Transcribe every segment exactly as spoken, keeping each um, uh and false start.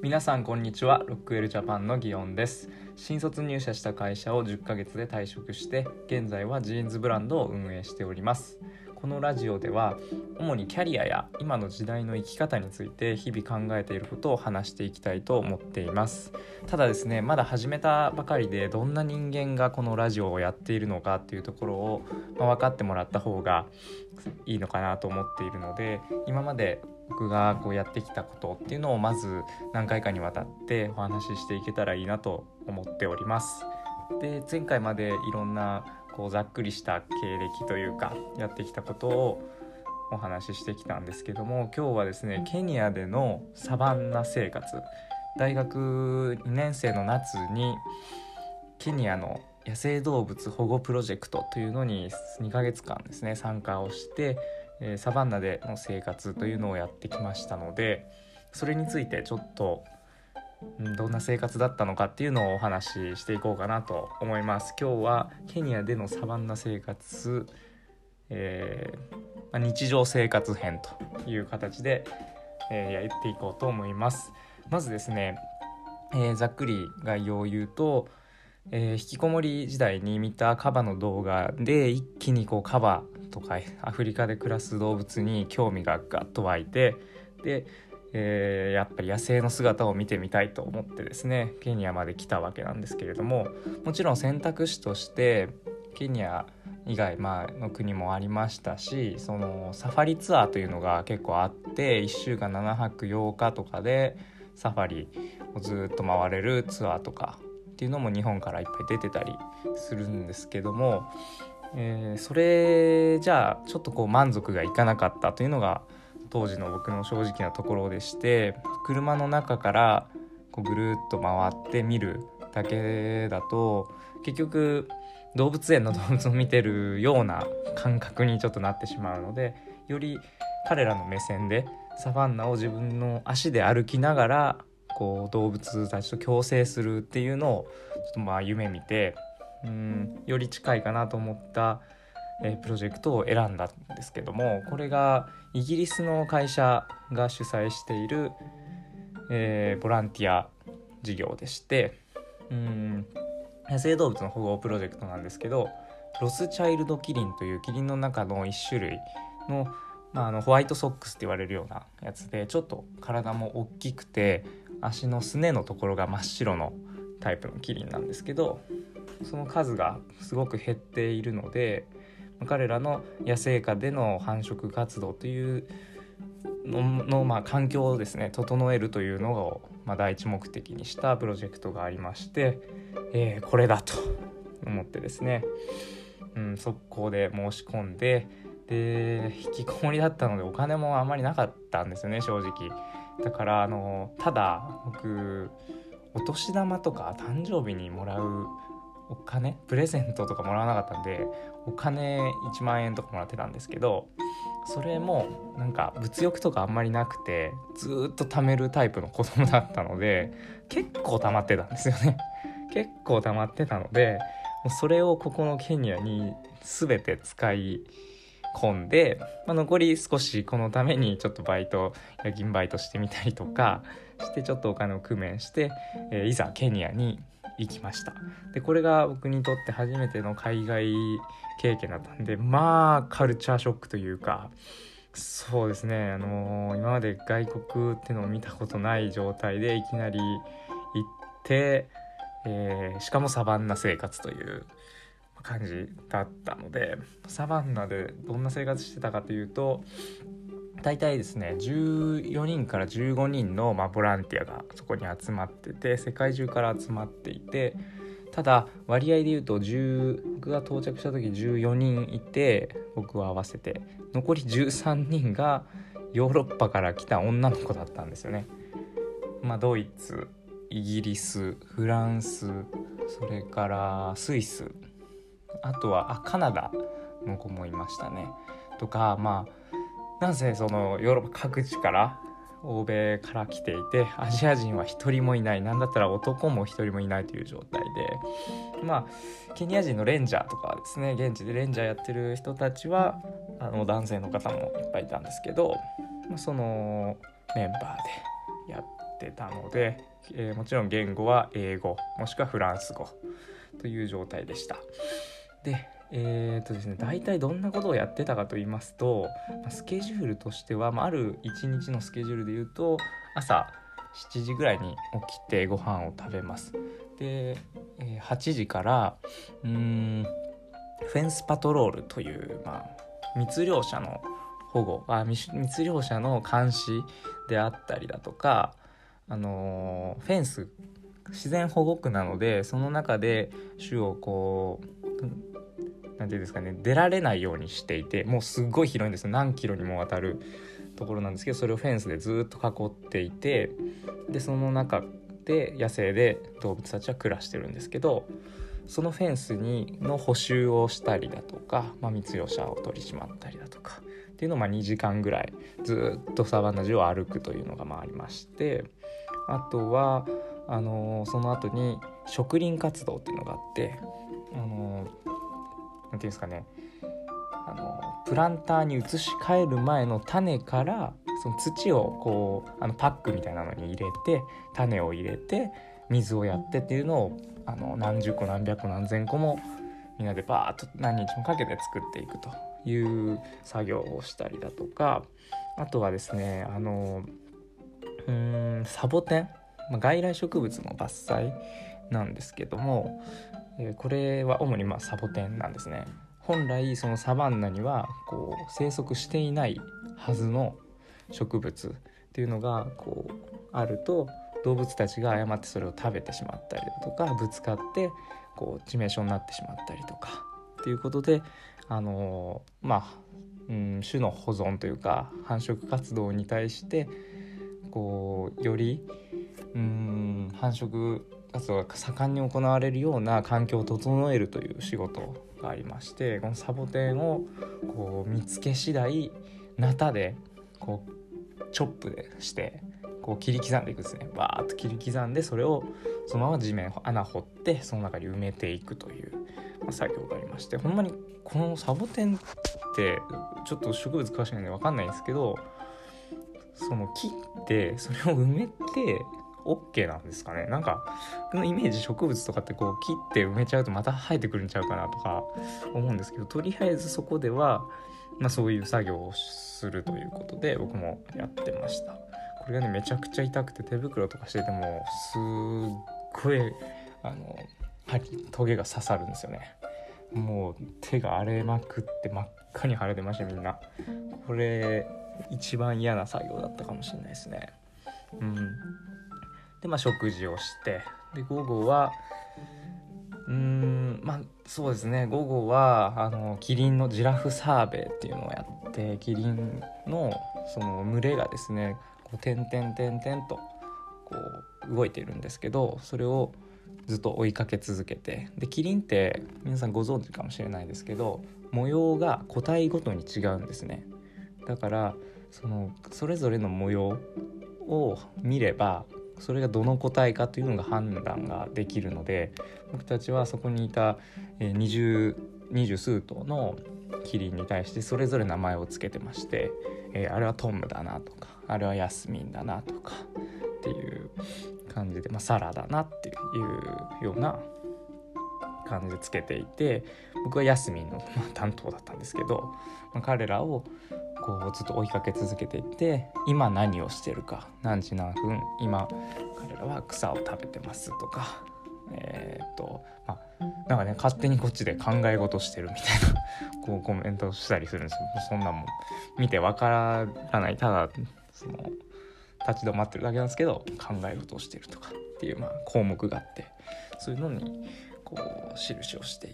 皆さんこんにちは。ロックウェルジャパンのギオンです。新卒入社した会社をじゅっかげつで退職して現在はジーンズブランドを運営しております。このラジオでは主にキャリアや今の時代の生き方について日々考えていることを話していきたいと思っています。ただですね、まだ始めたばかりでどんな人間がこのラジオをやっているのかっていうところを、まあ、分かってもらった方がいいのかなと思っているので、今まで僕がこうやってきたことっていうのをまず何回かにわたってお話ししていけたらいいなと思っております。で、前回までいろんなこうざっくりした経歴というかやってきたことをお話ししてきたんですけども、今日はですね、ケニアでのサバンナ生活、大学にねん生の夏にケニアの野生動物保護プロジェクトというのににかげつかんですね参加をして、えー、サバンナでの生活というのをやってきましたので、それについてちょっとどんな生活だったのかっていうのをお話ししていこうかなと思います。今日はケニアでのサバンナ生活、えー、日常生活編という形で、えー、やっていこうと思います。まずですね、えー、ざっくり概要を言うと、えー、引きこもり時代に見たカバの動画で一気にこうカバとかアフリカで暮らす動物に興味がガッと湧いて、でえー、やっぱり野生の姿を見てみたいと思ってですね、ケニアまで来たわけなんですけれども、もちろん選択肢としてケニア以外、まあ、の国もありましたし、そのサファリツアーというのが結構あって、いっしゅうかんななはくようかとかでサファリをずっと回れるツアーとかっていうのも日本からいっぱい出てたりするんですけども、えー、それじゃあちょっとこう満足がいかなかったというのが当時の僕の正直なところでして、車の中からこうぐるっと回って見るだけだと結局動物園の動物を見てるような感覚にちょっとなってしまうので、より彼らの目線でサバンナを自分の足で歩きながらこう動物たちと共生するっていうのをちょっとまあ夢見て、うーんより近いかなと思ったえー、プロジェクトを選んだんですけども、これがイギリスの会社が主催している、えー、ボランティア事業でして、うーん野生動物の保護プロジェクトなんですけど、ロスチャイルドキリンというキリンの中の一種類の、まあ、あのホワイトソックスって言われるようなやつで、ちょっと体も大きくて足のすねのところが真っ白のタイプのキリンなんですけど、その数がすごく減っているので、彼らの野生下での繁殖活動というのの、まあ、環境をですね整えるというのを、まあ、第一目的にしたプロジェクトがありまして、えー、これだと思ってですね、うん、速攻で申し込んで、で引きこもりだったのでお金もあんまりなかったんですよね、正直。だからあのただ僕お年玉とか誕生日にもらうお金プレゼントとかもらわなかったんで、お金いちまんえんとかもらってたんですけど、それもなんか物欲とかあんまりなくてずっと貯めるタイプの子供だったので、結構貯まってたんですよね結構貯まってたので、もうそれをここのケニアに全て使い込んで、まあ、残り少しこのためにちょっとバイト夜勤バイトしてみたりとかしてちょっとお金を工面して、えー、いざケニアに行きました。でこれが僕にとって初めての海外経験だったんで、まあカルチャーショックというか、そうですね、あのー、今まで外国っていうのを見たことない状態でいきなり行って、えー、しかもサバンナ生活という感じだったので、サバンナでどんな生活してたかというと、大体ですねじゅうよにんからじゅうごにんの、まあ、ボランティアがそこに集まってて、世界中から集まっていて、ただ割合で言うとじゅう僕が到着した時じゅうよにんいて、僕は合わせて残りじゅうさんにんがヨーロッパから来た女の子だったんですよね。まあドイツ、イギリス、フランス、それからスイス、あとはあカナダの子もいましたねとか、まあなんせそのヨーロッパ各地から欧米から来ていて、アジア人は一人もいない、なんだったら男も一人もいないという状態で、まあケニア人のレンジャーとかですね、現地でレンジャーやってる人たちはあの男性の方もいっぱいいたんですけど、まあ、そのメンバーでやっってたので、えー、もちろん言語は英語もしくはフランス語という状態でした。でえーとですね、大体どんなことをやってたかと言いますと、まあ、スケジュールとしては、まあ、ある一日のスケジュールで言うと朝しちじぐらいに起きてご飯を食べます。で、えー、はちじからうーんフェンスパトロールという、まあ、密猟者の保護あ密密猟者の監視であったりだとか、あのー、フェンス自然保護区なので、その中で種をこうなんていうんですかね、出られないようにしていて、もうすごい広いんですよ。何キロにもわたるところなんですけど、それをフェンスでずっと囲っていて、でその中で野生で動物たちは暮らしてるんですけど、そのフェンスにの補修をしたりだとか、まあ、密猟者を取り締まったりだとかっていうのをまあにじかんぐらいずっとサバンナ中を歩くというのがまあありまして、あとはあのー、その後に植林活動っていうのがあって、あのーなんていうんですかね、あのプランターに移し替える前の種からその土をこうあのパックみたいなのに入れて、種を入れて水をやってっていうのをあの何十個何百個何千個もみんなでバーッと何日もかけて作っていくという作業をしたりだとか、あとはですね、あのうーんサボテン、まあ、外来植物の伐採なんですけども、これは主にまあサボテンなんですね。本来そのサバンナにはこう生息していないはずの植物っていうのがこうあると、動物たちが誤ってそれを食べてしまったりだとか、ぶつかってこう致命傷になってしまったりとかっていうことで、あのー、まあ、うん、種の保存というか繁殖活動に対してこうよりうん繁殖活動が盛んに行われるような環境を整えるという仕事がありまして、このサボテンをこう見つけ次第ナタでこうチョップでしてこう切り刻んでいくんですね。バーッと切り刻んで、それをそのまま地面穴掘ってその中に埋めていくという、まあ、作業がありまして、ほんまにこのサボテンってちょっと植物詳しいので分かんないんですけど、その切ってそれを埋めてOK なんですかね。なんか僕のイメージ、植物とかってこう切って埋めちゃうとまた生えてくるんちゃうかなとか思うんですけど、とりあえずそこでは、まあ、そういう作業をするということで僕もやってました。これがねめちゃくちゃ痛くて、手袋とかしててもすっごいあの針トゲが刺さるんですよね。もう手が荒れまくって真っ赤に腫れてました。みんなこれ一番嫌な作業だったかもしれないですね。うんでまあ、食事をして、で午後はうーんまあそうですね午後はあのキリンのジラフサーベイっていうのをやって、キリンのその群れがですねこう点々点々とこう動いているんですけど、それをずっと追いかけ続けて、でキリンって皆さんご存知かもしれないですけど、模様が個体ごとに違うんですね。だからそのそれぞれの模様を見ればそれがどの個体かというのが判断ができるので、僕たちはそこにいた二十、二十数頭のキリンに対してそれぞれ名前をつけてまして、えー、あれはトムだなとか、あれはヤスミンだなとかっていう感じで、まあ、サラだなっていうような感じでつけていて、僕はヤスミンの、まあ、担当だったんですけど、まあ、彼らをこうずっと追いかけ続けていって、今何をしてるか、何時何分今彼らは草を食べてますとか、えー、っとまあなんかね勝手にこっちで考え事してるみたいなこうコメントしたりするんですよ。そんなんも見てわからない、ただその立ち止まってるだけなんですけど考え事をしてるとかっていう、まあ、項目があって、そういうのにこう印をしていって、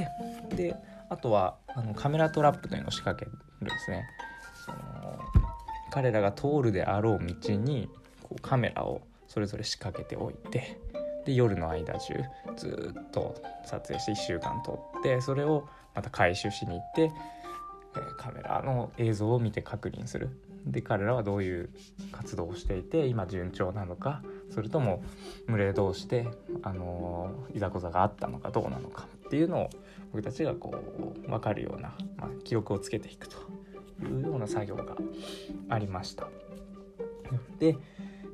であとはあのカメラトラップというのを仕掛けるんですね。その彼らが通るであろう道にこうカメラをそれぞれ仕掛けておいて、で夜の間中ずっと撮影していっしゅうかん撮って、それをまた回収しに行って、えー、カメラの映像を見て確認する。で彼らはどういう活動をしていて、今順調なのか、それとも群れ同士で、あのー、いざこざがあったのかどうなのかっていうのを僕たちがこう分かるような、まあ、記録をつけていくというような作業がありました。で、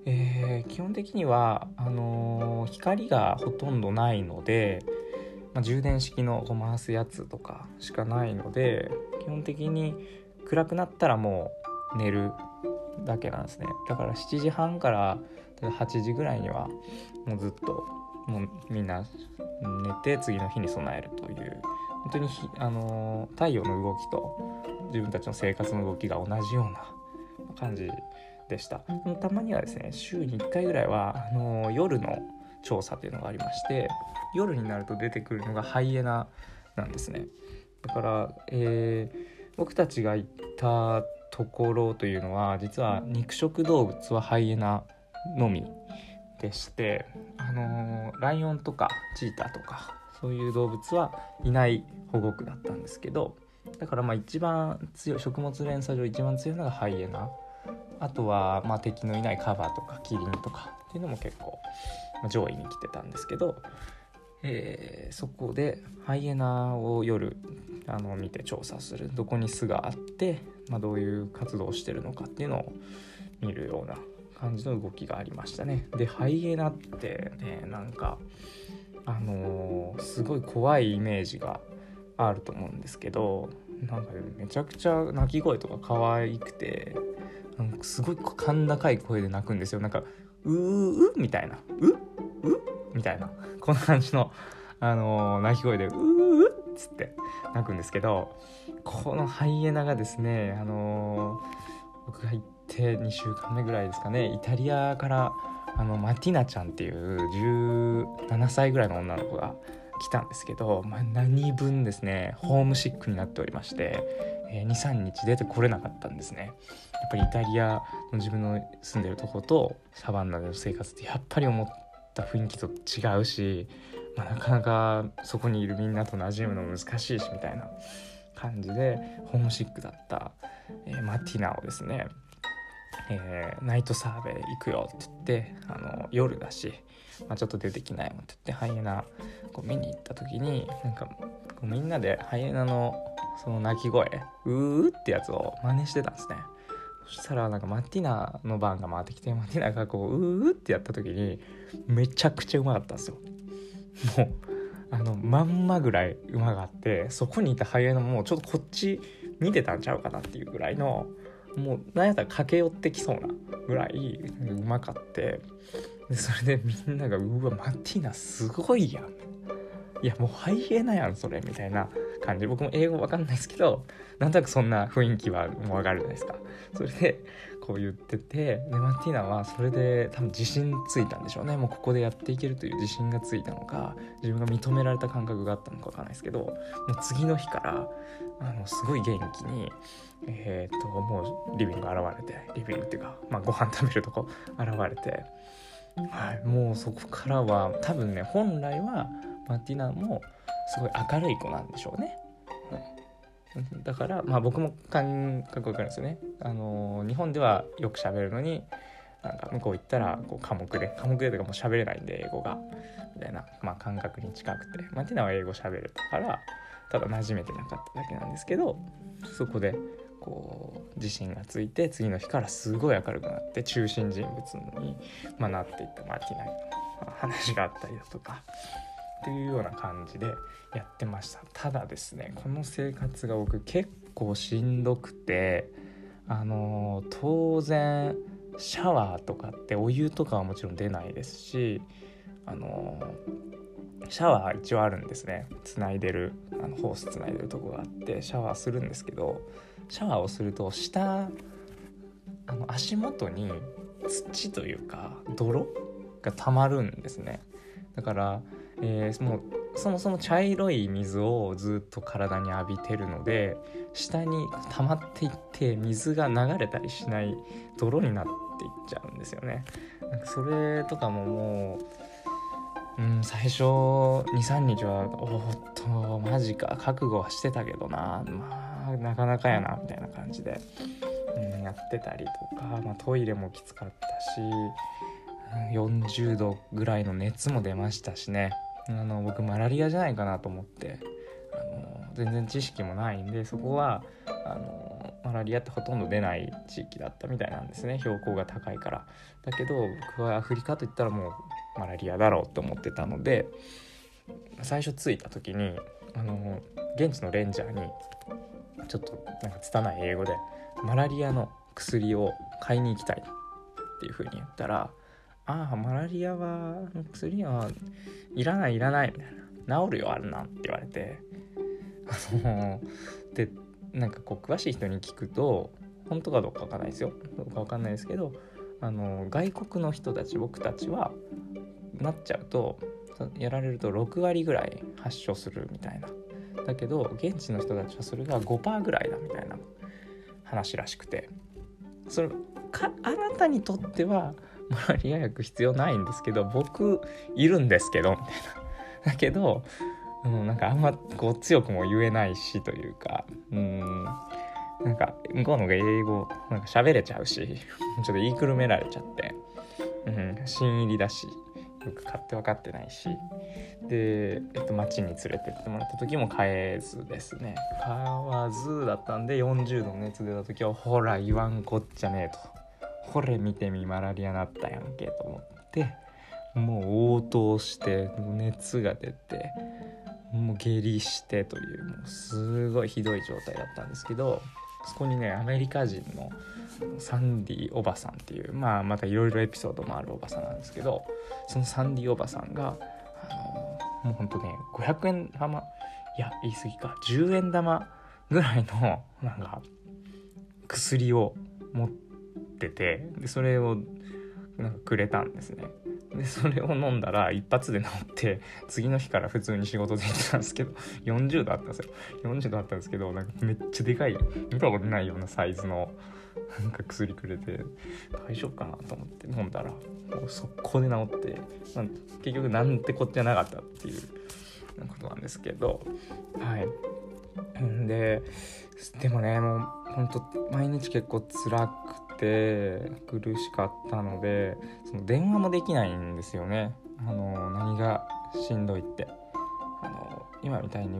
えー、基本的にはあのー光がほとんどないので、まあ、充電式のこう回すやつとかしかないので、基本的に暗くなったらもう寝るだけなんですね。だからしちじはんからはちじぐらいにはもうずっともうみんな寝て次の日に備えるという、本当にひ、あのー太陽の動きと自分たちの生活の動きが同じような感じでした。たまにはですね、週にいっかいぐらいはあのー夜の調査というのがありまして、夜になると出てくるのがハイエナなんですね。だから、えー、僕たちが行ったところというのは実は肉食動物はハイエナのみでして、あのー、ライオンとかチーターとかそういう動物はいない保護区だったんですけど、だからまあ一番強い、食物連鎖上一番強いのがハイエナ、あとはまあ敵のいないカバとかキリンとかっていうのも結構上位に来てたんですけど、えー、そこでハイエナを夜あの見て調査する、どこに巣があって、まあ、どういう活動をしてるのかっていうのを見るような感じの動きがありましたね。でハイエナってね、なんかあのー、すごい怖いイメージがあると思うんですけど、なんかめちゃくちゃ鳴き声とか可愛くて、なんかすごい甲高い声で鳴くんですよ。なんかうーうみたいな、ううみたいな、こんな感じの、あのー、鳴き声でうーっつって鳴くんですけど、このハイエナがですね、あのー、僕が行ってにしゅうかんめぐらいですかね、イタリアからあのマティナちゃんっていうじゅうななさいぐらいの女の子が来たんですけど、まあ、何分ですねホームシックになっておりまして、えー、にさんにち出てこれなかったんですね。やっぱりイタリアの自分の住んでるとことサバンナでの生活ってやっぱり思った雰囲気と違うし、まあ、なかなかそこにいるみんなと馴染むの難しいしみたいな感じでホームシックだった、えー、マティナをですね、えー、ナイトサーベイ行くよって言って、あの夜だし、まあ、ちょっと出てきないもんって言ってハイエナこう見に行った時に、なんかこうみんなでハイエナのその鳴き声うーってやつを真似してたんですね。そしたらなんかマティナの番が回ってきて、マティナがこううーってやった時にめちゃくちゃうまかったんですよ。もうあのまんまぐらいうまかって、そこにいたハイエナもちょっとこっち見てたんちゃうかなっていうぐらいの、もう何やったら駆け寄ってきそうなぐらいうまかって、でそれでみんながうわマティナすごいやん、いやもうハイエナやんそれみたいな感じ。僕も英語わかんないですけど、なんとなくそんな雰囲気はもうわかるじゃないですか。それでこう言ってて、でマティナはそれで多分自信ついたんでしょうね。もうここでやっていけるという自信がついたのか、自分が認められた感覚があったのかわかんないですけど、もう次の日からあのすごい元気にえー、っともうリビング現れて、リビングっていうか、まあ、ご飯食べるとこ現れて、はい、もうそこからは多分ね、本来はマティナもすごい明るい子なんでしょうね、うん、だからまあ僕も感覚わかるんですよね。あのー、日本ではよく喋るのに、なんか向こう行ったらこう科目で科目でとかもう喋れないんで英語がみたいな、まあ、感覚に近くて、マティナは英語喋れたからただ馴染めてなかっただけなんですけど、そこでこう自信がついて次の日からすごい明るくなって中心人物に、まあ、なっていったマティナの話があったりだとかっていうような感じでやってました。ただですね、この生活が僕結構しんどくて、あの当然シャワーとかってお湯とかはもちろん出ないですし、あのシャワー一応あるんですね。つないでるあのホースつないでるとこがあってシャワーするんですけど、シャワーをすると下あの足元に土というか泥が溜まるんですね。だから、えー、もうそもそも茶色い水をずっと体に浴びてるので、下に溜まっていって水が流れたりしない泥になっていっちゃうんですよね。なんかそれとかももう、うん、最初 にさんにちはおっとマジか覚悟はしてたけどな、まあなかなかやなみたいな感じで、うん、やってたりとか、まあ、トイレもきつかったしよんじゅうどぐらいの熱も出ましたしね。あの僕マラリアじゃないかなと思って、あの全然知識もないんで、そこはあのマラリアってほとんど出ない地域だったみたいなんですね、標高が高いから。だけど僕はアフリカといったらもうマラリアだろうと思ってたので、最初着いた時にあの現地のレンジャーにちょっとなんか拙い英語でマラリアの薬を買いに行きたいっていう風に言ったら、ああマラリアは薬はいらないいらないみたいな、治るよあんなんって言われて、あのでなんかこう詳しい人に聞くと本当かどうかわかんないですよどうかわかんないですけど、あの外国の人たち僕たちはなっちゃうとやられるとろくわりぐらい発症するみたいな、だけど現地の人たちはそれが ごパーセント ぐらいだみたいな話らしくて、それかあなたにとってはマラリア薬必要ないんですけど僕いるんですけどみたいな、だけど、うん、なんかあんまこう強くも言えないしというか、うーんなんか向こうのが英語なんか喋れちゃうしちょっと言いくるめられちゃって、うん、新入りだしよく買って分かってないしで、えっと、町に連れてってもらった時も買えずですね、買わずだったんでよんじゅうどの熱出た時はほら言わんこっちゃねえと、これ見てみマラリアなったやんけと思ってもう応答して熱が出てもう下痢してというもうすごいひどい状態だったんですけど、そこにねアメリカ人のサンディおばさんっていう、まあまたいろいろエピソードもあるおばさんなんですけど、そのサンディおばさんがあのもうほんとねごひゃくえん玉いや言い過ぎかじゅうえん玉ぐらいのなんか薬を持ってて、でそれをなんかくれたんですね。でそれを飲んだら一発で治って次の日から普通に仕事できてたんですけどよんじゅうどあったんですよよんじゅうどあったんですけどなんかめっちゃでかい見たことないようなサイズのなんか薬くれて大丈夫かなと思って飲んだらもう速攻で治って、まあ、結局なんてこっちゃなかったっていうことなんですけど、はいででもねもうほんと毎日結構辛くて苦しかったのでその電話もできないんですよね。あの何がしんどいってあの今みたいに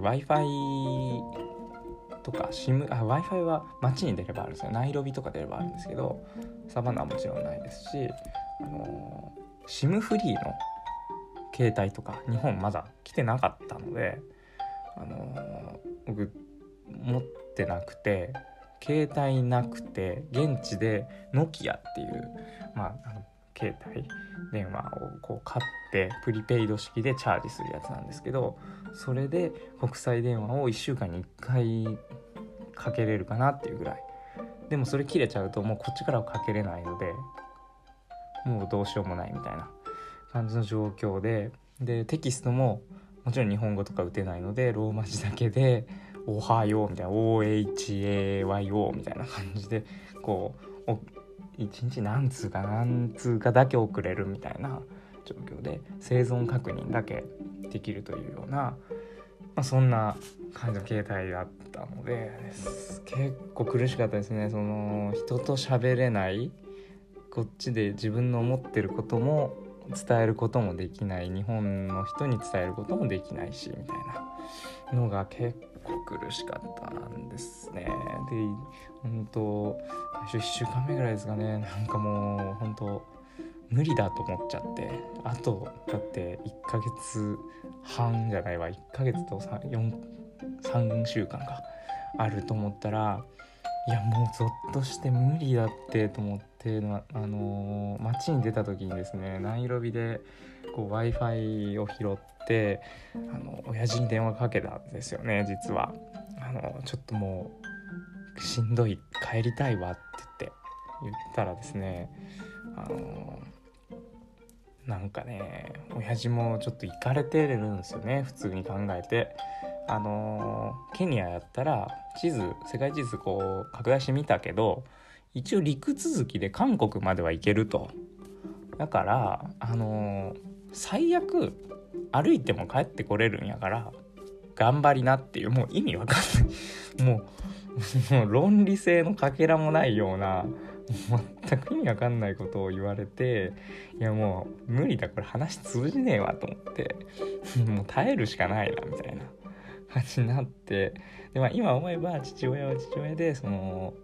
Wi-Fi とか SIM あ Wi-Fi は街に出ればあるんですよ。ナイロビとか出ればあるんですけどサバナはもちろんないですし、あの SIM フリーの携帯とか日本まだ来てなかったので、あの僕持ってなくて携帯なくて現地でノキアっていう、まあ、あの携帯電話をこう買ってプリペイド式でチャージするやつなんですけど、それで国際電話をいっしゅうかんにいっかいかけれるかなっていうぐらいでもそれ切れちゃうともうこっちからはかけれないのでもうどうしようもないみたいな感じの状況で、でテキストももちろん日本語とか打てないのでローマ字だけでおはようみたいな オーエイチエーワイオー みたいな感じでこういちにち何通か何通かだけ送れるみたいな状況で生存確認だけできるというような、まあ、そんな感じの携帯だったので結構苦しかったですね。その人と喋れないこっちで自分の思ってることも伝えることもできない日本の人に伝えることもできないしみたいなのが結構苦しかったんですね。で本当最初いっしゅうかんめぐらいですかね、なんかもう本当無理だと思っちゃって、あとだっていっかげつはんじゃないわいっかげつとさんしゅうかんかあると思ったらいやもうゾッとして無理だってと思って、あのー、街に出た時にですねナイロビでこう Wi-Fi を拾ってあの親父に電話かけたんですよね。実はあのちょっともうしんどい帰りたいわって言って言ったらですね、あのー、なんかね親父もちょっとイカれてるんですよね普通に考えて。あのー、ケニアやったら地図世界地図こう拡大してみたけど一応陸続きで韓国までは行けると。だからあのー、最悪歩いても帰ってこれるんやから頑張りなっていうもう意味わかんないもう、もう論理性のかけらもないような全く意味わかんないことを言われて、いやもう無理だこれ話通じねえわと思ってもう耐えるしかないなみたいな感じになって、で、まあ、今思えば父親は父親でその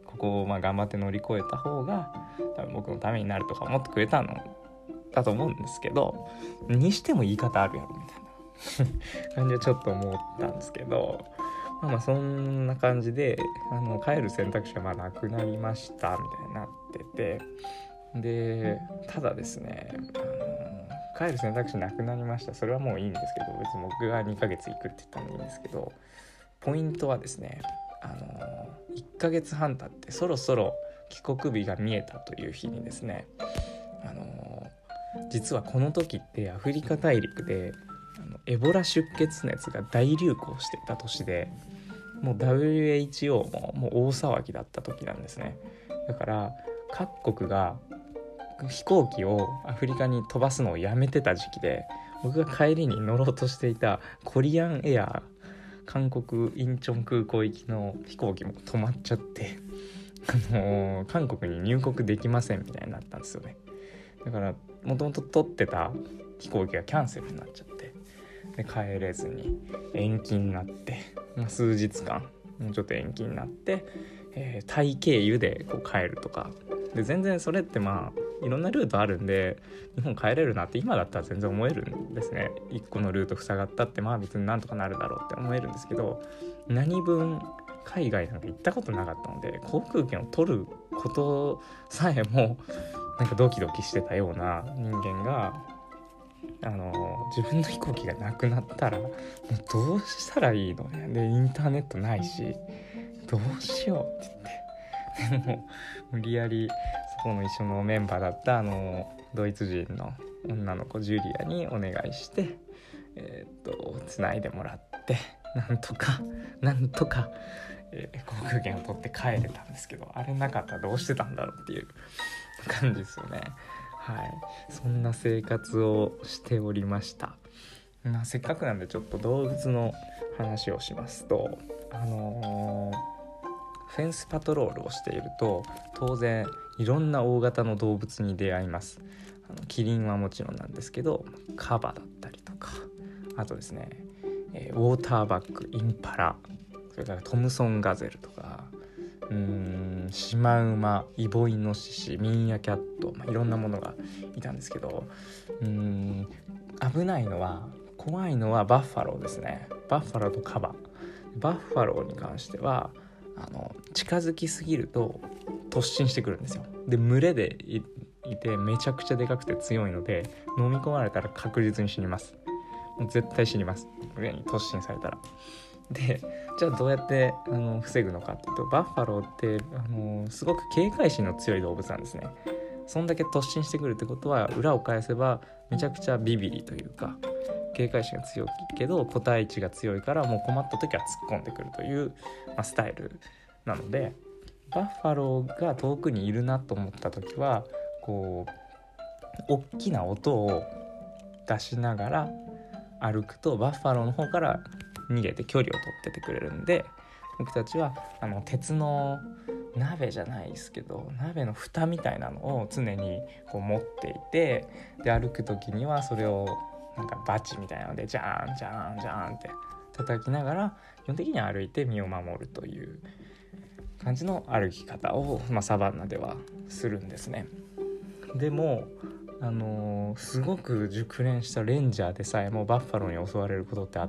ここをまあ頑張って乗り越えた方が多分僕のためになるとか思ってくれたのだと思うんですけど、にしても言い方あるやろみたいな感じはちょっと思ったんですけど、まあまあそんな感じであの帰る選択肢はまあなくなりましたみたいになってて、でただですね、あの帰る選択肢なくなりました、それはもういいんですけど、別に僕がにかげつ行くって言ったのでいいんですけど、ポイントはですね、あのいっかげつはん経ってそろそろ帰国日が見えたという日にですね、あの実はこの時ってアフリカ大陸であのエボラ出血熱が大流行していた年で、もう ダブリューエイチオー ももう大騒ぎだった時なんですね。だから各国が飛行機をアフリカに飛ばすのをやめてた時期で、僕が帰りに乗ろうとしていたコリアンエアー韓国インチョン空港行きの飛行機も止まっちゃって、あのー、韓国に入国できませんみたいになったんですよね。だからもともと取ってた飛行機がキャンセルになっちゃって、で帰れずに延期になって、まあ、数日間もうちょっと延期になって、えー、タイ経由でこう帰るとかで、全然それってまあいろんなルートあるんで日本帰れるなって今だったら全然思えるんですね。いっこのルート塞がったってまあ別になんとかなるだろうって思えるんですけど、何分海外なんか行ったことなかったので、航空券を取ることさえもなんかドキドキしてたような人間が、あの自分の飛行機がなくなったらもうどうしたらいいのね。でインターネットないしどうしようって言って、でも無理やりそこの一緒のメンバーだったあのドイツ人の女の子ジュリアにお願いして、えー、っと繋いでもらって、なんとかなんとか、えー、航空券を取って帰れたんですけど、あれなかったらどうしてたんだろうっていう感じですよね。はい、そんな生活をしておりました。まあ、せっかくなんでちょっと動物の話をしますと、あのーフェンスパトロールをしていると当然いろんな大型の動物に出会います。あのキリンはもちろんなんですけど、カバだったりとか、あとですね、えー、ウォーターバッグ、インパラ、それからトムソンガゼルとか、うーんシマウマ、イボイノシシ、ミンヤキャット、まあ、いろんなものがいたんですけど、うーん危ないのは怖いのはバッファローですね。バッファローとカバ。バッファローに関してはあの近づきすぎると突進してくるんですよ。で群れで い, いてめちゃくちゃでかくて強いので、飲み込まれたら確実に死にます。もう絶対死にます、上に突進されたら。でじゃあどうやってあの防ぐのかっていうと、バッファローってあのすごく警戒心の強い動物なんですね。そんだけ突進してくるってことは裏を返せばめちゃくちゃビビリというか、警戒心が強いけど個体値が強いからもう困った時は突っ込んでくるという、まあ、スタイルなので、バッファローが遠くにいるなと思った時はこう大きな音を出しながら歩くとバッファローの方から逃げて距離を取っててくれるんで、僕たちはあの鉄の鍋じゃないですけど鍋の蓋みたいなのを常にこう持っていて、で歩く時にはそれをなんかバチみたいなのでジャーンジャーンジャーンって叩きながら基本的には歩いて身を守るという感じの歩き方を、まあ、サバンナではするんですね。でもあのー、すごく熟練したレンジャーでさえもバッファローに襲われることってあって、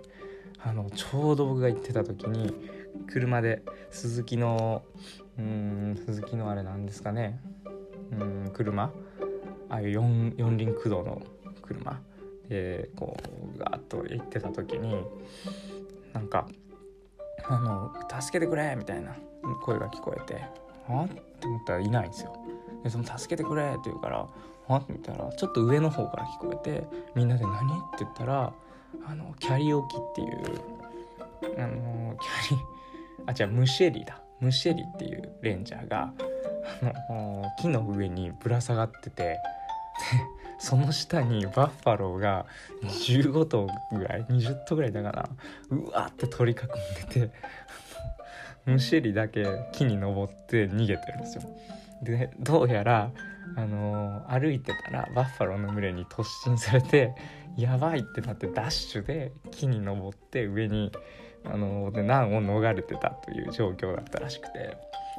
あのちょうど僕が行ってた時に車でスズキのうーんスズキのあれなんですかね、うーん車、ああいう 四, 四輪駆動の車でこうガーッと行ってた時になんかあの助けてくれみたいな声が聞こえて、はって思ったらいないんですよ。でその助けてくれって言うからはって見たらちょっと上の方から聞こえて、みんなで何って言ったらあのキャリオキっていうあのキャリあ違うムシェリだムシェリっていうレンジャーがあの木の上にぶら下がってて、でその下にバッファローがじゅうごとうぐらいにじゅっとうぐらいだからうわって取り囲んでてムシェリだけ木に登って逃げてるんですよ。でどうやら、あのー、歩いてたらバッファローの群れに突進されてやばいってなってダッシュで木に登って上に、あのー、で難を逃れてたという状況だったらしくて、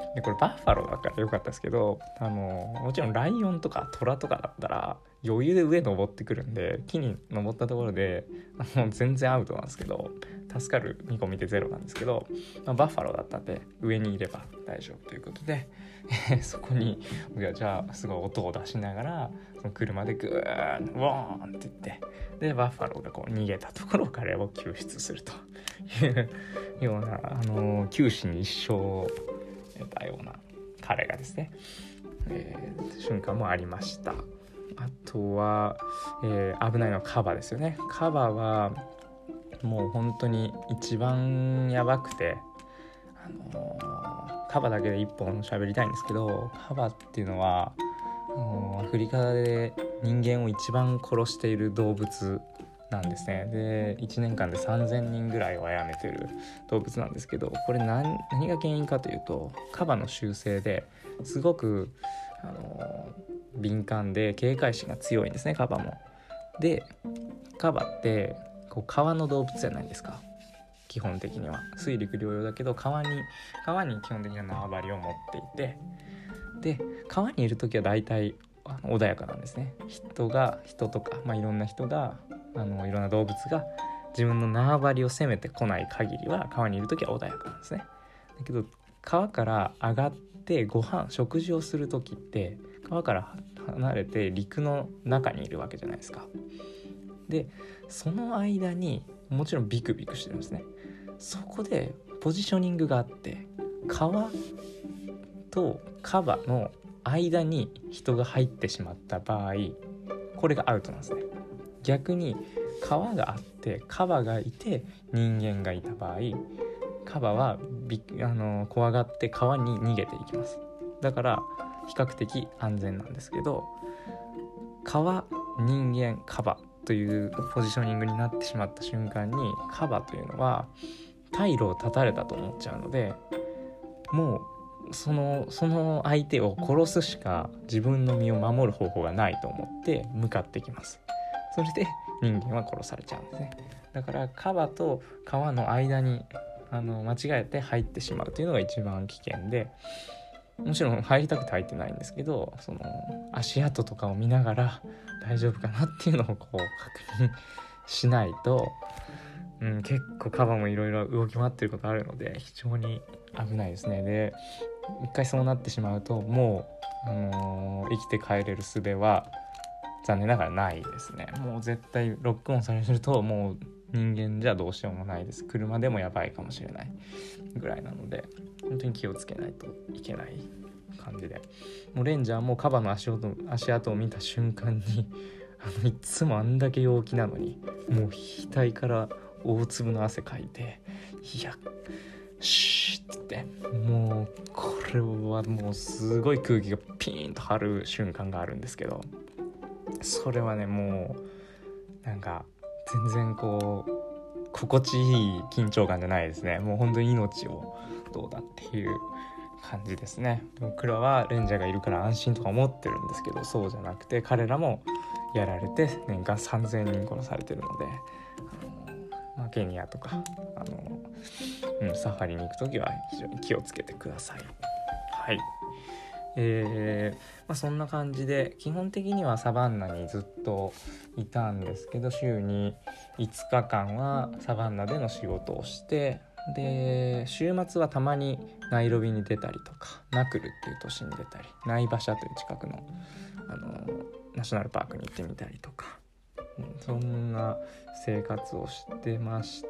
でこれバッファローだからよかったですけど、あのもちろんライオンとかトラとかだったら余裕で上登ってくるんで、木に登ったところであの全然アウトなんですけど、助かる見込みでゼロなんですけど、まあ、バッファローだったんで上にいれば大丈夫ということでそこにじゃあすごい音を出しながらその車でグーンウォーンって言って、でバッファローがこう逃げたところを彼を救出するというような、あの九死に一生を得たような彼がですね、えー、瞬間もありました。あとは、えー、危ないのはカバですよね。カバはもう本当に一番やばくて、あのー、カバだけで一本喋りたいんですけど、カバっていうのはあのー、アフリカで人間を一番殺している動物なんですね。でいちねんかんでさんぜんにんぐらいを殺めてる動物なんですけど、これ 何, 何が原因かというと、カバの習性ですごく、あのー、敏感で警戒心が強いんですね、カバも。でカバってこう川の動物じゃないですか。基本的には水陸両用だけど、川に川に基本的な縄張りを持っていて、で川にいる時は大体あの穏やかなんですね。人が人とか、まあ、いろんな人があのいろんな動物が自分の縄張りを攻めてこない限りは川にいる時は穏やかなんですね。だけど川から上がってご飯食事をする時って川から離れて陸の中にいるわけじゃないですか。でその間にもちろんビクビクしてるんですね。そこでポジショニングがあって、川とカバの間に人が入ってしまった場合、これがアウトなんですね。逆に川があってカバがいて人間がいた場合、カバはビあの怖がって川に逃げていきます。だから比較的安全なんですけど、川、人間、カバというポジショニングになってしまった瞬間に、カバというのは退路を断たれたと思っちゃうので、もうそのその相手を殺すしか自分の身を守る方法がないと思って向かってきます。それで人間は殺されちゃうんですね。だからカバと川の間にあの間違えて入ってしまうというのが一番危険で、もちろん入りたくて入ってないんですけど、その足跡とかを見ながら大丈夫かなっていうのをこう確認しないと、うん、結構カバもいろいろ動き回ってることあるので非常に危ないですね。で一回そうなってしまうともう、あのー、生きて帰れる術は残念ながらないですね。もう絶対ロックオンされるともう人間じゃどうしようもないです。車でもやばいかもしれないぐらいなので、本当に気をつけないといけない感じで、もうレンジャーもカバの足音足跡を見た瞬間にあのいつもあんだけ陽気なのにもう額から大粒の汗かいて、いやシーって言って、もうこれはもうすごい空気がピーンと張る瞬間があるんですけど、それはねもうなんか全然こう心地いい緊張感じゃないですね。もう本当に命をどうだっていう感じですね。僕らはレンジャーがいるから安心とか思ってるんですけど、そうじゃなくて彼らもやられて年間さんぜんにん殺されてるので、あの、まあ、ケニアとかあの、うん、サファリに行くときは非常に気をつけてください。はい、えーまあ、そんな感じで基本的にはサバンナにずっといたんですけど、週にいつかかんはサバンナでの仕事をして、で週末はたまにナイロビに出たりとか、ナクルっていう都市に出たり、ナイバシャという近くの、あのナショナルパークに行ってみたりとか、うん、そんな生活をしてまして、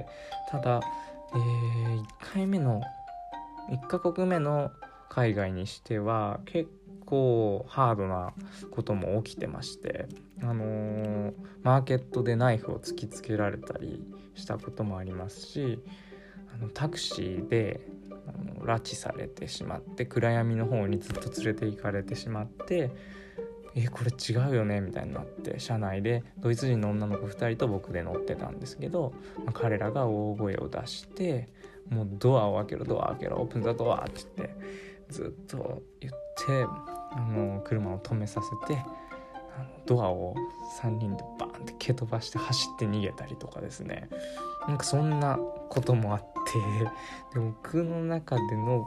ただ、えー、いっかいめのいっかこくめの海外にしては結構ハードなことも起きてまして、あのー、マーケットでナイフを突きつけられたりしたこともありますし、あのタクシーであの拉致されてしまって、暗闇の方にずっと連れて行かれてしまって、えこれ違うよねみたいになって、車内でドイツ人の女の子ふたりと僕で乗ってたんですけど、まあ、彼らが大声を出して、もうドアを開けろドア開けろオープンザドアって言ってずっと言って、あの車を止めさせて、あのドアをさんにんでバーンって蹴飛ばして走って逃げたりとかですね、なんかそんなこともあって、で僕の中での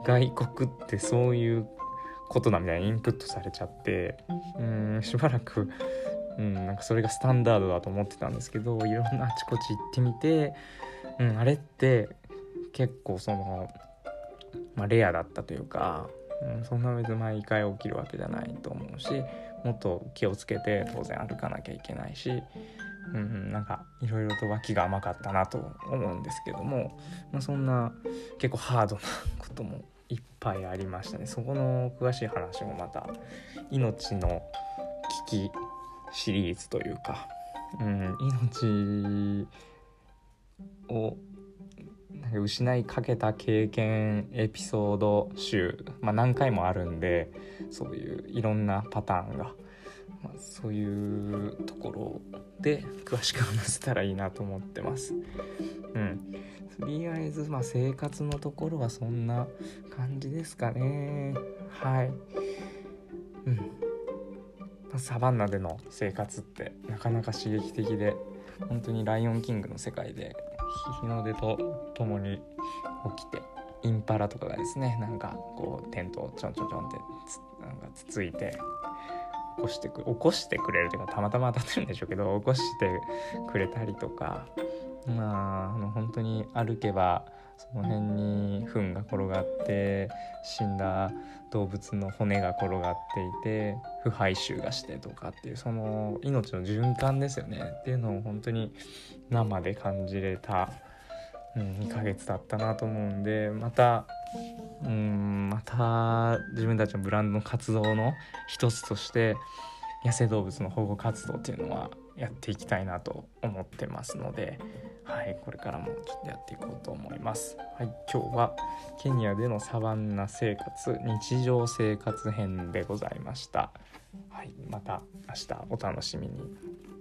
外国ってそういうことだみたいなインプットされちゃって、うーんしばらく、うん、なんかそれがスタンダードだと思ってたんですけど、いろんなあちこち行ってみて、うん、あれって結構その、まあ、レアだったというか、うん、そんな別に毎回起きるわけじゃないと思うし、もっと気をつけて当然歩かなきゃいけないし、うん、なんかいろいろと脇が甘かったなと思うんですけども、まあ、そんな結構ハードなこともいっぱいありましたね。そこの詳しい話もまた命の危機シリーズというか、うん、命をなんか失いかけた経験エピソード集、まあ、何回もあるんで、そういういろんなパターンが、まあ、そういうところで詳しく話せたらいいなと思ってます。うん、とりあえずまあ生活のところはそんな感じですかね。はい。うん。サバンナでの生活ってなかなか刺激的で、本当にライオンキングの世界で日の出とともに起きて、インパラとかがですね、なんかこうテントをちょんちょんちょんってつなんかつついて起こしてく起こしてくれるというか、たまたま当たってるんでしょうけど起こしてくれたりとか、まあ、あの本当に歩けばその辺に糞が転がって死んだ動物の骨が転がっていて腐敗臭がしてとかっていう、その命の循環ですよねっていうのを本当に生で感じれた、うん、にかげつだったなと思うんで、またうんまた自分たちのブランドの活動の一つとして野生動物の保護活動っていうのはやっていきたいなと思ってますので、はい、これからもちょっとやっていこうと思います。はい、今日はケニアでのサバンナ生活日常生活編でございました。はい、また明日お楽しみに。